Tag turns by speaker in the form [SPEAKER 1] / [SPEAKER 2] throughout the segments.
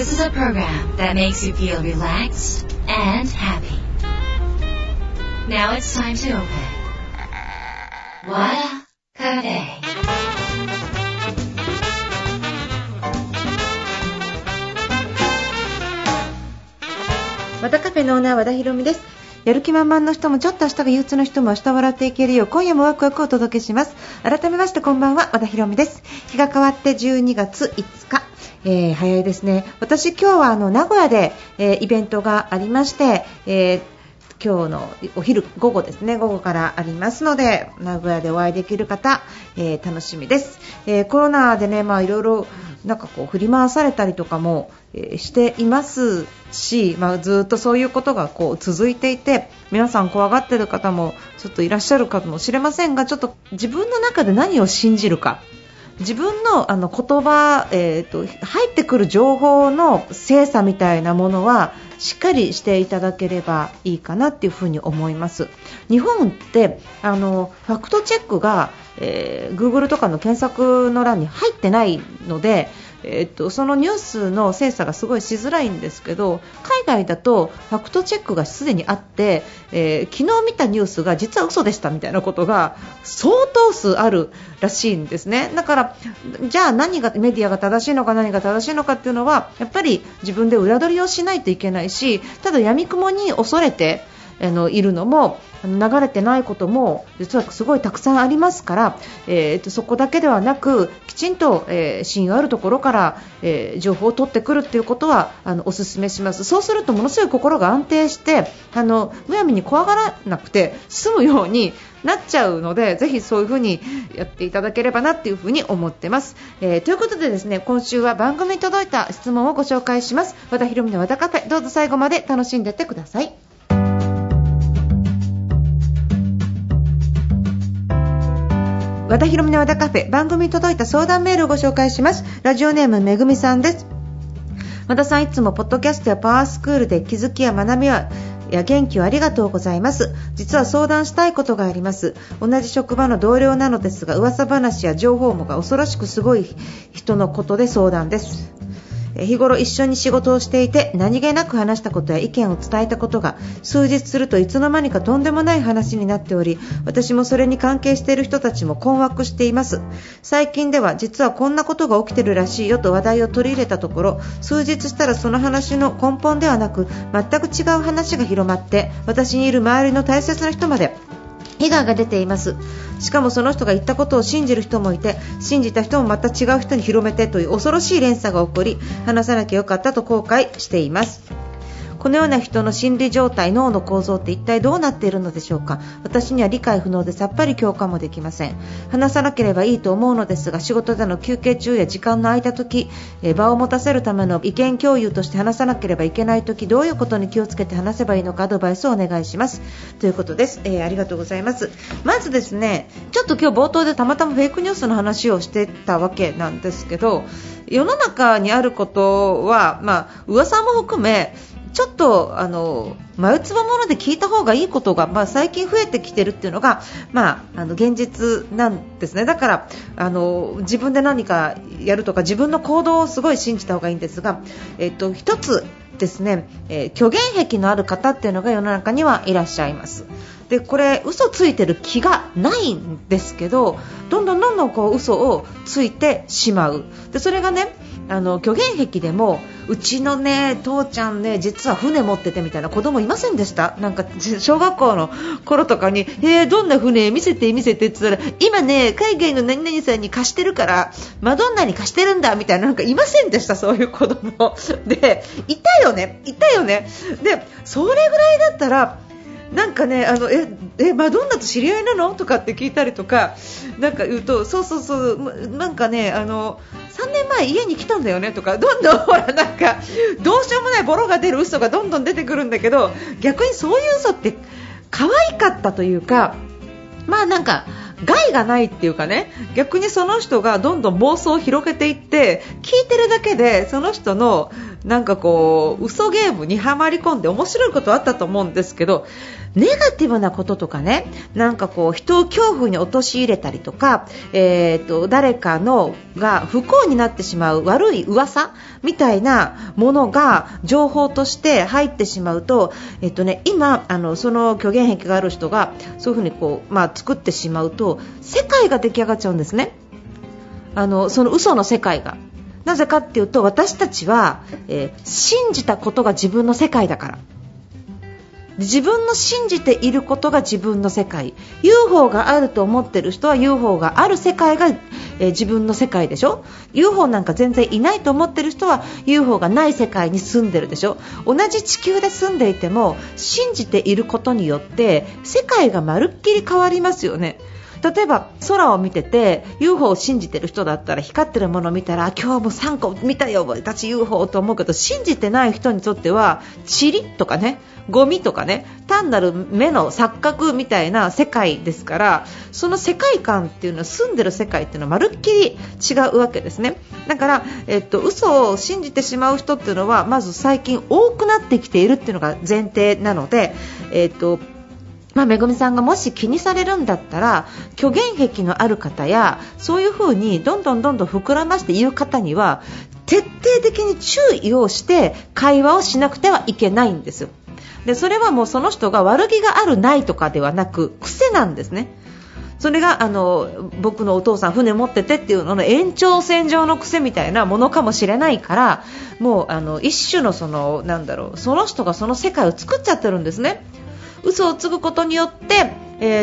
[SPEAKER 1] This is a program that makes you feel relaxed and happy. Now it's time to open Wada Cafe.
[SPEAKER 2] 和田カフェのオーナー和田博美です。やる気満々の人もちょっと明日が憂鬱の人も明日笑っていけるよう今夜もワクワクお届けします。改めましてこんばんは、和田博美です。日が変わって12月5日、早いですね。私今日は名古屋で、イベントがありまして、今日のお昼午後ですね、午後からありますので名古屋でお会いできる方、楽しみです。コロナでね、いろいろなんかこう振り回されたりとかも、していますし、ずっとそういうことがこう続いていて、皆さん怖がっている方もちょっといらっしゃるかもしれませんが、ちょっと自分の中で何を信じるか、自分の言葉、入ってくる情報の精査みたいなものはしっかりしていただければいいかなっていうふうに思います。日本ってファクトチェックが、Google とかの検索の欄に入ってないので、そのニュースの精査がすごいしづらいんですけど、海外だとファクトチェックがすでにあって、昨日見たニュースが実は嘘でしたみたいなことが相当数あるらしいんですね。だからじゃあ何がメディアが正しいのか何が正しいのかっていうのはやっぱり自分で裏取りをしないといけないし、ただ闇雲に恐れているのも流れてないことも実はすごいたくさんありますから、そこだけではなくきちんと、信用あるところから、情報を取ってくるということはお勧めします。そうするとものすごい心が安定してむやみに怖がらなくて済むようになっちゃうので、ぜひそういうふうにやっていただければなというふうに思ってます。ということでですね、今週は番組に届いた質問をご紹介します。和田博美の和田カフェ、どうぞ最後まで楽しんでいってください。和田博美の和田カフェ、番組に届いた相談メールをご紹介します。ラジオネームめぐみさんです。和田さん、いつもポッドキャストやパワースクールで気づきや学びや元気をありがとうございます。実は相談したいことがあります。同じ職場の同僚なのですが、噂話や情報網が恐ろしくすごい人のことで相談です。日頃一緒に仕事をしていて何気なく話したことや意見を伝えたことが数日するといつの間にかとんでもない話になっており、私もそれに関係している人たちも困惑しています。最近では実はこんなことが起きてるらしいよと話題を取り入れたところ、数日したらその話の根本ではなく全く違う話が広まって、私にいる周りの大切な人まで被害が出ています。しかもその人が言ったことを信じる人もいて、信じた人もまた違う人に広めてという恐ろしい連鎖が起こり、話さなきゃよかったと後悔しています。このような人の心理状態、脳の構造って一体どうなっているのでしょうか。私には理解不能でさっぱり共感もできません。話さなければいいと思うのですが、仕事での休憩中や時間の空いた時、場を持たせるための意見共有として話さなければいけない時、どういうことに気をつけて話せばいいのかアドバイスをお願いしますということです。ありがとうございます。まずですね、ちょっと今日冒頭でたまたまフェイクニュースの話をしてたわけなんですけど、世の中にあることは、噂も含めちょっと眉唾物で聞いた方がいいことが、最近増えてきてるっていうのが、現実なんですね。だから自分で何かやるとか自分の行動をすごい信じた方がいいんですが、一つですね、虚言癖のある方っていうのが世の中にはいらっしゃいます。でこれ嘘ついてる気がないんですけど、どんどんこう嘘をついてしまう。でそれがね、虚言癖でもうちのね父ちゃんね実は船持っててみたいな子供いませんでした？なんか小学校の頃とかにどんな船見せてって言ったら、今ね海外の何々さんに貸してるからマドンナに貸してるんだみたいな、なんかいませんでした？そういう子供でいたよね。でそれぐらいだったらなんかね、マドンナと知り合いなのとかって聞いたりとか、なんか言うと、そうなんかね、3年前家に来たんだよねとか、どんどんほらなんかどうしようもないボロが出る嘘がどんどん出てくるんだけど、逆にそういう嘘って可愛かったというか、なんか害がないっていうかね、逆にその人がどんどん妄想を広げていって、聞いてるだけでその人のなんかこう嘘ゲームにはまり込んで面白いことはあったと思うんですけど、ネガティブなこととかね、なんかこう人を恐怖に陥れたりとか、誰かのが不幸になってしまう悪い噂みたいなものが情報として入ってしまうと、今その虚言癖がある人がそういうふうにこう、作ってしまうと世界が出来上がっちゃうんですね。その嘘の世界が。なぜかっていうと、私たちは、信じたことが自分の世界だから。自分の信じていることが自分の世界。 UFO があると思ってる人は UFO がある世界が、自分の世界でしょ。 UFO なんか全然いないと思ってる人は UFO がない世界に住んでるでしょ。同じ地球で住んでいても信じていることによって世界がまるっきり変わりますよね。例えば空を見てて UFO を信じてる人だったら光ってるものを見たら今日も3個見たよ私 UFO と思うけど、信じてない人にとっては塵とかね、ゴミとかね、単なる目の錯覚みたいな世界ですから、その世界観っていうのは、住んでる世界っていうのはまるっきり違うわけですね。だから、嘘を信じてしまう人っていうのはまず最近多くなってきているっていうのが前提なので、めぐみさんがもし気にされるんだったら、虚言癖のある方やそういう風にどんどん膨らまして言う方には徹底的に注意をして会話をしなくてはいけないんですよ。でそれはもうその人が悪気があるないとかではなく癖なんですね。それが僕のお父さん船持っててっていうのの延長線上の癖みたいなものかもしれないから、もう一種のその人がその世界を作っちゃってるんですね。嘘をつくことによって、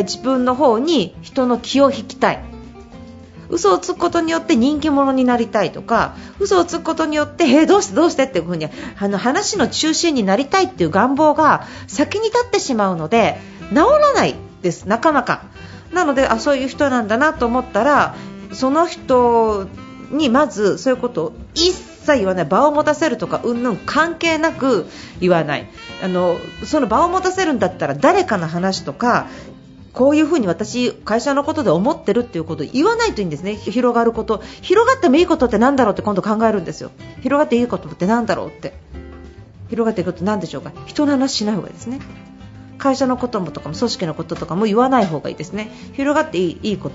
[SPEAKER 2] 自分の方に人の気を引きたい。嘘をつくことによって人気者になりたいとか、嘘をつくことによってどうしてっていう風に話の中心になりたいっていう願望が先に立ってしまうので治らないです、なかなか。なのでそういう人なんだなと思ったら、その人にまずそういうことを一切言わない。場を持たせるとかうんぬん関係なく言わない。その場を持たせるんだったら誰かの話とか、こういうふうに私会社のことで思ってるっていうことを言わないといいんですね。広がること、広がってもいいことってなんだろうって今度考えるんですよ。広がっていいことってなんだろうって、広がっていいことなんでしょうか。人の話しない方がいいですね。会社のこともとかも組織のこととかも言わない方がいいですね。広がっていいこと、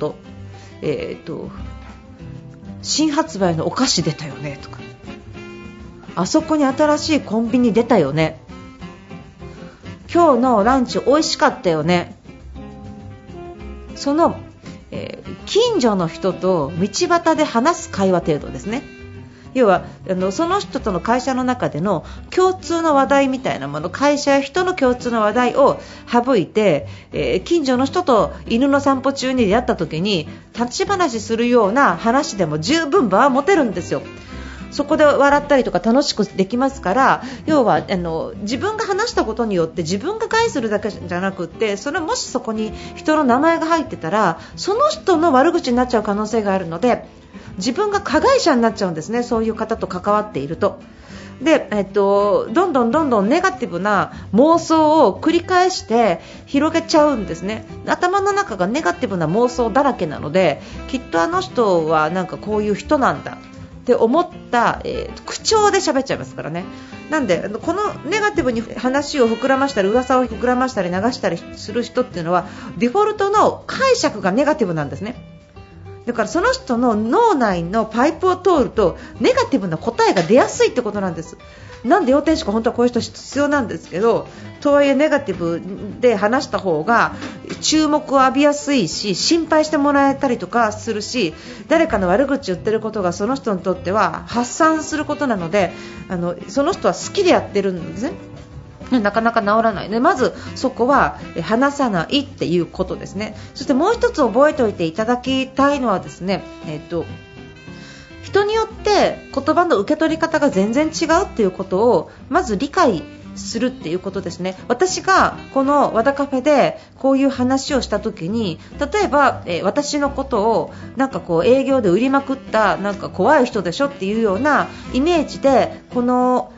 [SPEAKER 2] 新発売のお菓子出たよねとか、あそこに新しいコンビニ出たよね、今日のランチ美味しかったよね。その、近所の人と道端で話す会話程度ですね。要はその人との会社の中での共通の話題みたいなもの、会社や人の共通の話題を省いて、近所の人と犬の散歩中に出会った時に立ち話するような話でも十分場は持てるんですよ。そこで笑ったりとか楽しくできますから、要は自分が話したことによって自分が害するだけじゃなくって、もしそこに人の名前が入ってたらその人の悪口になっちゃう可能性があるので、自分が加害者になっちゃうんですね。そういう方と関わっていると。で、どんどんネガティブな妄想を繰り返して広げちゃうんですね。頭の中がネガティブな妄想だらけなので、きっとあの人はなんかこういう人なんだって思った、口調で喋っちゃいますからね。なんでこのネガティブに話を膨らましたり噂を膨らましたり流したりする人っていうのはデフォルトの解釈がネガティブなんですね。だからその人の脳内のパイプを通るとネガティブな答えが出やすいってことなんです。なんで要点しか本当はこういう人必要なんですけど、とはいえネガティブで話した方が注目を浴びやすいし、心配してもらえたりとかするし、誰かの悪口言ってることがその人にとっては発散することなので、その人は好きでやってるんですね。なかなか治らないで、まずそこは話さないっていうことですね。そしてもう一つ覚えておいていただきたいのはですね、人によって言葉の受け取り方が全然違うっていうことをまず理解するっていうことですね。私がこの和田カフェでこういう話をした時に、例えば、私のことをなんかこう営業で売りまくったなんか怖い人でしょっていうようなイメージでこの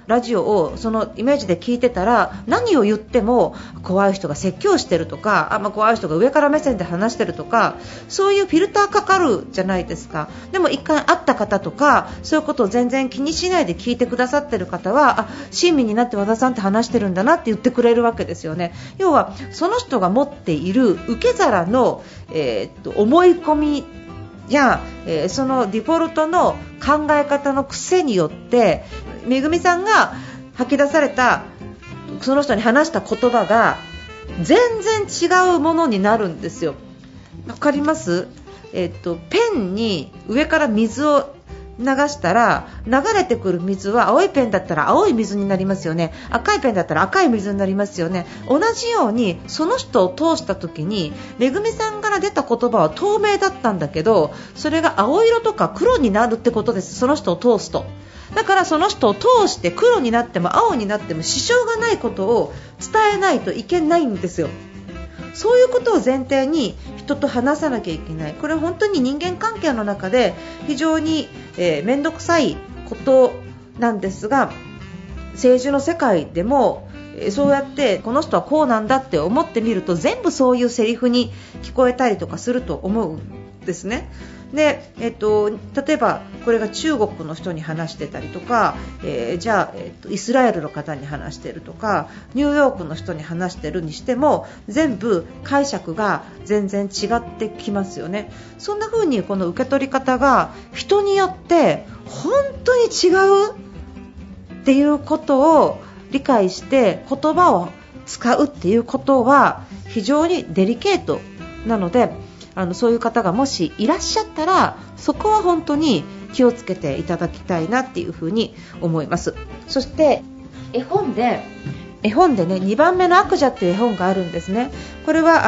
[SPEAKER 2] ラジオをそのイメージで聞いてたら、何を言っても怖い人が説教してるとか、怖い人が上から目線で話してるとか、そういうフィルターかかるじゃないですか。でも一回会った方とか、そういうことを全然気にしないで聞いてくださってる方は、親身になって和田さんって話してるんだなって言ってくれるわけですよね。要はその人が持っている受け皿の、思い込みや、そのデフォルトの考え方の癖によって、めぐみさんが吐き出されたその人に話した言葉が全然違うものになるんですよ。わかります？ペンに上から水を流したら、流れてくる水は青いペンだったら青い水になりますよね。赤いペンだったら赤い水になりますよね。同じようにその人を通した時に、めぐみさんから出た言葉は透明だったんだけど、それが青色とか黒になるってことです。その人を通すと。だからその人を通して黒になっても青になっても支障がないことを伝えないといけないんですよ。そういうことを前提に人と話さなきゃいけない。これは本当に人間関係の中で非常に面倒くさいことなんですが、政治の世界でもそうやってこの人はこうなんだって思ってみると、全部そういうセリフに聞こえたりとかすると思うんですね。で、例えばこれが中国の人に話してたりとか、じゃあ、イスラエルの方に話しているとか、ニューヨークの人に話しているにしても、全部解釈が全然違ってきますよね。そんな風にこの受け取り方が人によって本当に違うっていうことを理解して、言葉を使うっていうことは非常にデリケートなので、そういう方がもしいらっしゃったら、そこは本当に気をつけていただきたいなっていうふうに思います。そして絵本でね、2番目の悪者っていう絵本があるんですね。これは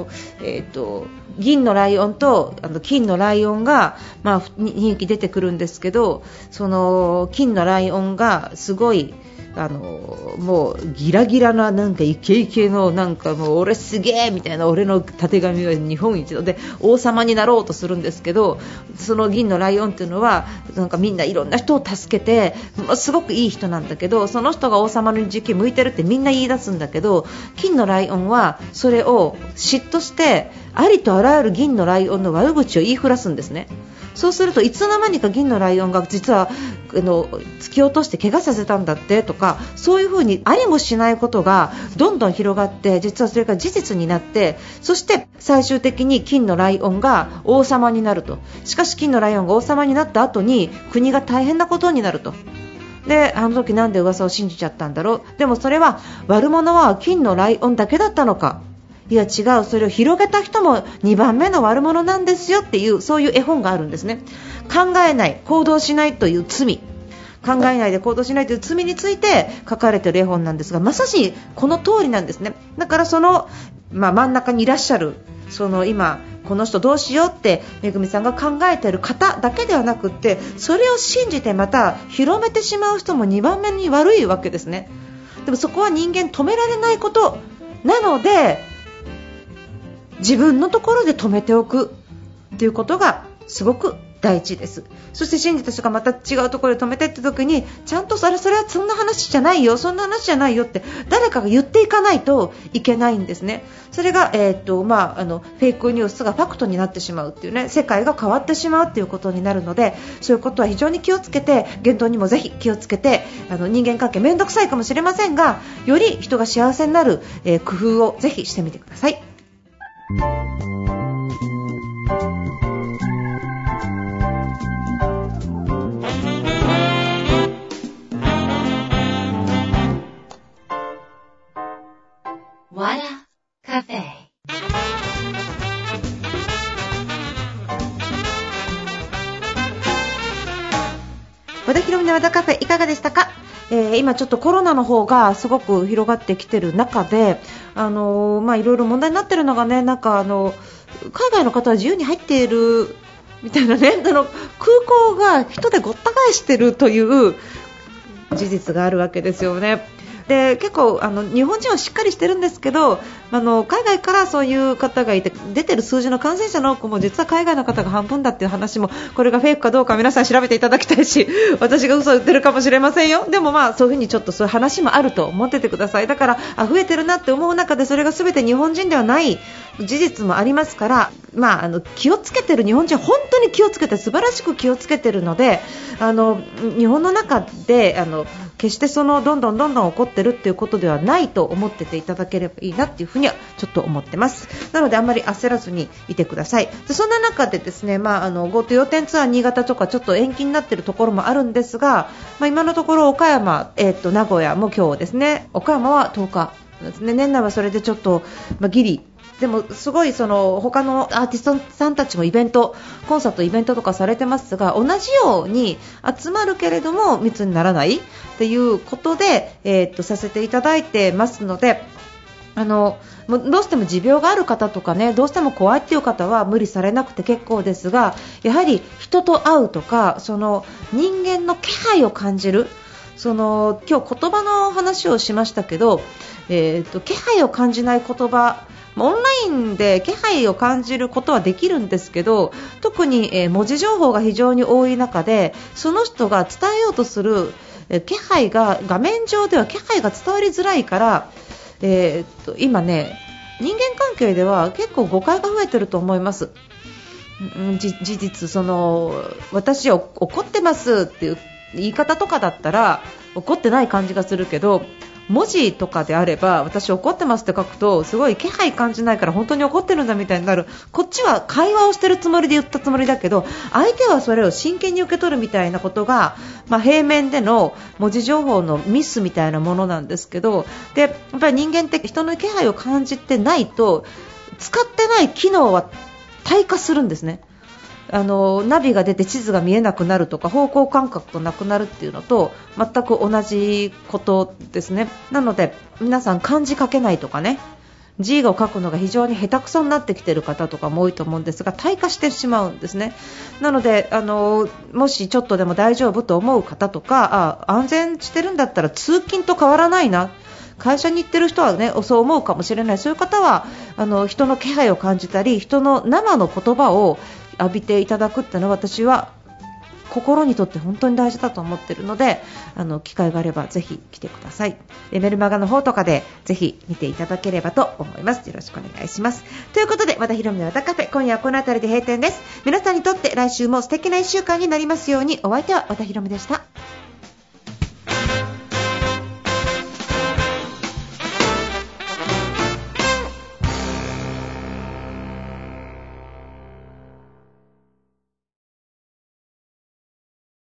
[SPEAKER 2] 銀のライオンと金のライオンが、2匹出てくるんですけど、その金のライオンがすごいもうギラギラな、なんかイケイケの、なんかもう俺すげえみたいな、俺のたてがみは日本一で王様になろうとするんですけど、その銀のライオンっていうのはなんかみんないろんな人を助けて、すごくいい人なんだけど、その人が王様の時期向いてるってみんな言い出すんだけど、金のライオンはそれを嫉妬してありとあらゆる銀のライオンの悪口を言いふらすんですね。そうするといつの間にか銀のライオンが実は突き落として怪我させたんだってとか、そういうふうにありもしないことがどんどん広がって、実はそれが事実になって、そして最終的に金のライオンが王様になると。しかし金のライオンが王様になった後に国が大変なことになると。で、あの時なんで噂を信じちゃったんだろう。でもそれは悪者は金のライオンだけだったのか。いや違う、それを広げた人も2番目の悪者なんですよっていう、そういう絵本があるんですね。考えない、行動しないという罪、考えないで行動しないという罪について書かれている絵本なんですが、まさしこの通りなんですね。だからその、真ん中にいらっしゃる、その今この人どうしようってめぐみさんが考えている方だけではなくって、それを信じてまた広めてしまう人も2番目に悪いわけですね。でもそこは人間止められないことなので、自分のところで止めておくということがすごく大事です。そして信じた人がまた違うところで止めていった時に、ちゃんとそれはそんな話じゃないよ、そんな話じゃないよって誰かが言っていかないといけないんですね。それが、フェイクニュースがファクトになってしまうっていうね、世界が変わってしまうっていうことになるので、そういうことは非常に気をつけて、言動にもぜひ気をつけて、人間関係めんどくさいかもしれませんが、より人が幸せになる、工夫をぜひしてみてください。和田博美の和田カフェいかがでしたか？今ちょっとコロナの方がすごく広がってきてる中で、いろいろ問題になってるのがね、なんか海外の方は自由に入っているみたいなね、空港が人でごった返してるという事実があるわけですよね。 で結構日本人はしっかりしてるんですけど、海外からそういう方がいて、出てる数字の感染者の多くも実は海外の方が半分だっていう話も、これがフェイクかどうか皆さん調べていただきたいし、私が嘘を言ってるかもしれませんよ。でもそういうふうにちょっとそういう話もあると思っててください。だから増えてるなって思う中で、それが全て日本人ではない事実もありますから、気をつけてる日本人は本当に気をつけて、素晴らしく気をつけてるので、日本の中で決してどんどん起こってるっていうことではないと思ってていただければいいなっていうふうにはちょっと思ってます。なのであんまり焦らずにいてください。でそんな中でですね、GoTo 要点ツアー新潟とかちょっと延期になっているところもあるんですが、今のところ岡山、名古屋も今日ですね、岡山は10日ですね、年内はそれでちょっと、ギリでもすごい他のアーティストさんたちもイベント、コンサートイベントとかされてますが、同じように集まるけれども密にならないっていうことで、させていただいてますので、どうしても持病がある方とかね、どうしても怖いっていう方は無理されなくて結構ですが、やはり人と会うとか、人間の気配を感じる、今日言葉の話をしましたけど、気配を感じない言葉、オンラインで気配を感じることはできるんですけど、特に、文字情報が非常に多い中で、その人が伝えようとする気配が、画面上では気配が伝わりづらいから、今ね、人間関係では結構誤解が増えてると思います。事実、私怒ってますっていう言い方とかだったら怒ってない感じがするけど、文字とかであれば私怒ってますって書くとすごい気配感じないから本当に怒ってるんだみたいになる。こっちは会話をしてるつもりで言ったつもりだけど、相手はそれを真剣に受け取るみたいなことが、平面での文字情報のミスみたいなものなんですけど、でやっぱり人間って人の気配を感じてないと使ってない機能は退化するんですね。ナビが出て地図が見えなくなるとか、方向感覚がなくなるっていうのと全く同じことですね。なので皆さん漢字書けないとかね、字を書くのが非常に下手くそになってきている方とかも多いと思うんですが、退化してしまうんですね。なのでもしちょっとでも大丈夫と思う方とか、安全してるんだったら通勤と変わらないな、会社に行ってる人はね、そう思うかもしれない。そういう方は人の気配を感じたり、人の生の言葉を浴びていただくっていうのは私は心にとって本当に大事だと思っているので、機会があればぜひ来てください。メルマガの方とかでぜひ見ていただければと思います。よろしくお願いします。ということで、和田博美の和田カフェ、今夜はこの辺りで閉店です。皆さんにとって来週も素敵な1週間になりますように。お相手は和田博美でした。